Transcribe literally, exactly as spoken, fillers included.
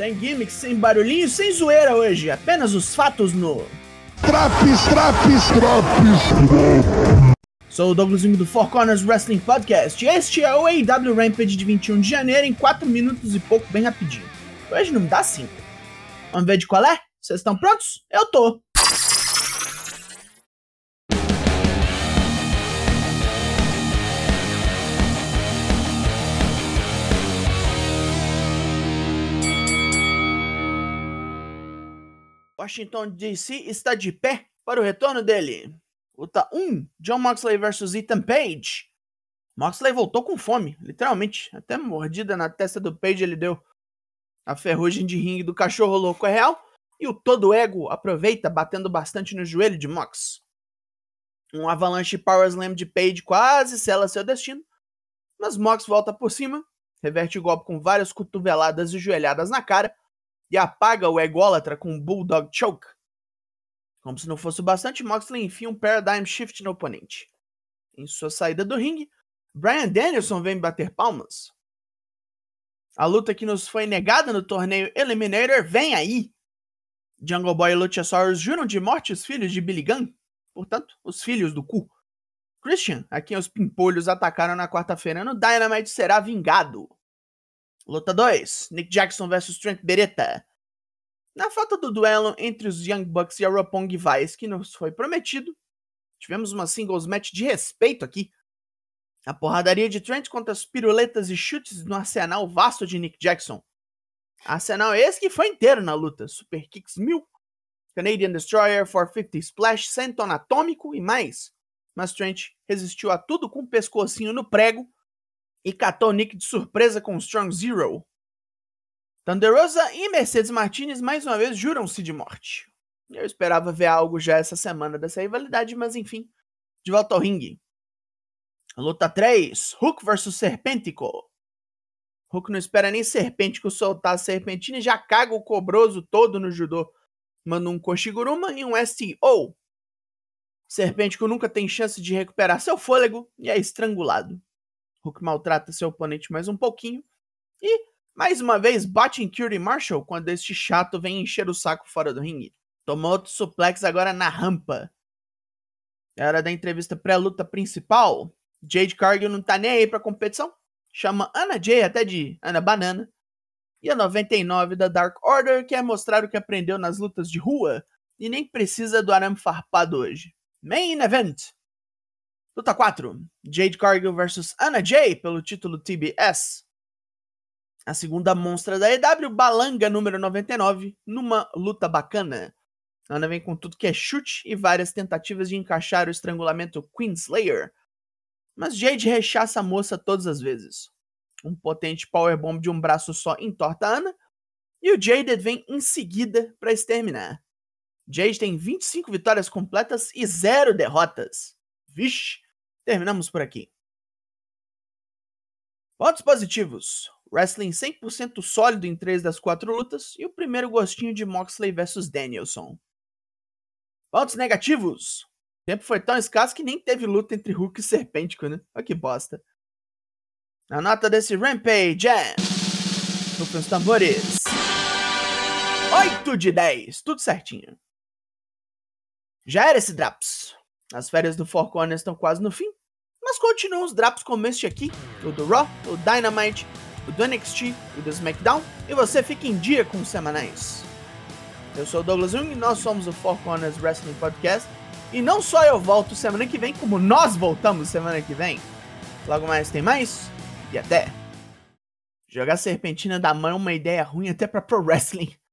Sem gimmicks, sem barulhinho, sem zoeira hoje. Apenas os fatos no... Traps, traps, traps. Sou o Douglas Jung do Four Corners Wrestling Podcast e este é o A E W Rampage de vinte e um de janeiro em quatro minutos e pouco, bem rapidinho. Hoje não me dá cinco. Vamos ver de qual é? Vocês estão prontos? Eu tô! Washington D C está de pé para o retorno dele. Luta um, Jon Moxley versus Ethan Page. Moxley voltou com fome, literalmente. Até mordida na testa do Page ele deu. A ferrugem de ringue do cachorro louco é real e o todo ego aproveita batendo bastante no joelho de Mox. Um avalanche Power Slam de Page quase sela seu destino, mas Mox volta por cima, reverte o golpe com várias cotoveladas e joelhadas na cara e apaga o ególatra com um Bulldog Choke. Como se não fosse o bastante, Moxley enfia um Paradigm Shift no oponente. Em sua saída do ringue, Bryan Danielson vem bater palmas. A luta que nos foi negada no torneio Eliminator vem aí. Jungle Boy e Luchasaurus juram de morte os filhos de Billy Gunn, portanto, os filhos do cu. Christian, a quem os pimpolhos atacaram na quarta-feira no Dynamite, será vingado. Luta dois, Nick Jackson versus Trent Beretta. Na falta do duelo entre os Young Bucks e a Roppongi Vice que nos foi prometido, tivemos uma singles match de respeito aqui. A porradaria de Trent contra as piruletas e chutes no arsenal vasto de Nick Jackson. Arsenal esse que foi inteiro na luta. Super Kicks mil, Canadian Destroyer, quatrocentos e cinquenta Splash, senton atômico e mais. Mas Trent resistiu a tudo com o pescocinho no prego e catou Nick de surpresa com Strong Zero. Thunder Rosa e Mercedes Martinez mais uma vez juram-se de morte. Eu esperava ver algo já essa semana dessa rivalidade, mas enfim, de volta ao ringue. Luta três, Hook versus Serpentico. Hook não espera nem Serpentico soltar a serpentina e já caga o cobroso todo no judô. Manda um Koshiguruma e um S T O. Serpentico nunca tem chance de recuperar seu fôlego e é estrangulado. Hook maltrata seu oponente mais um pouquinho e, mais uma vez, bate em Cutie Marshall quando este chato vem encher o saco fora do ringue. Tomou outro suplex agora na rampa. É hora da entrevista pré-luta principal. Jade Cargill não tá nem aí pra competição. Chama Anna Jay até de Ana Banana. E a noventa e nove da Dark Order quer mostrar o que aprendeu nas lutas de rua e nem precisa do arame farpado hoje. Main Event. Luta quatro. Jade Cargill versus Anna Jay pelo título T B S. A segunda monstra da A E W balanga número noventa e nove numa luta bacana. Ana vem com tudo que é chute e várias tentativas de encaixar o estrangulamento Queen Slayer. Mas Jade rechaça a moça todas as vezes. Um potente powerbomb de um braço só entorta a Ana, e o Jaded vem em seguida para exterminar. Jade tem vinte e cinco vitórias completas e zero derrotas. Vixe, terminamos por aqui. Pontos positivos. Wrestling cem por cento sólido em três das quatro lutas e o primeiro gostinho de Moxley versus Danielson. Pontos negativos. O tempo foi tão escasso que nem teve luta entre Hook e Serpentico, né? Olha que bosta. A nota desse Rampage é... Rufem os tambores. oito de dez. Tudo certinho. Já era esse Draps. As férias do Four Corners estão quase no fim, mas continuam os Draps como este aqui, o do Raw, o Dynamite, o do N X T, o do SmackDown, e você fica em dia com os semanais. Eu sou o Douglas Jung e nós somos o Four Corners Wrestling Podcast. E não só eu volto semana que vem, como nós voltamos semana que vem. Logo mais tem mais, e até! Jogar serpentina da mão é uma ideia ruim até pra pro wrestling.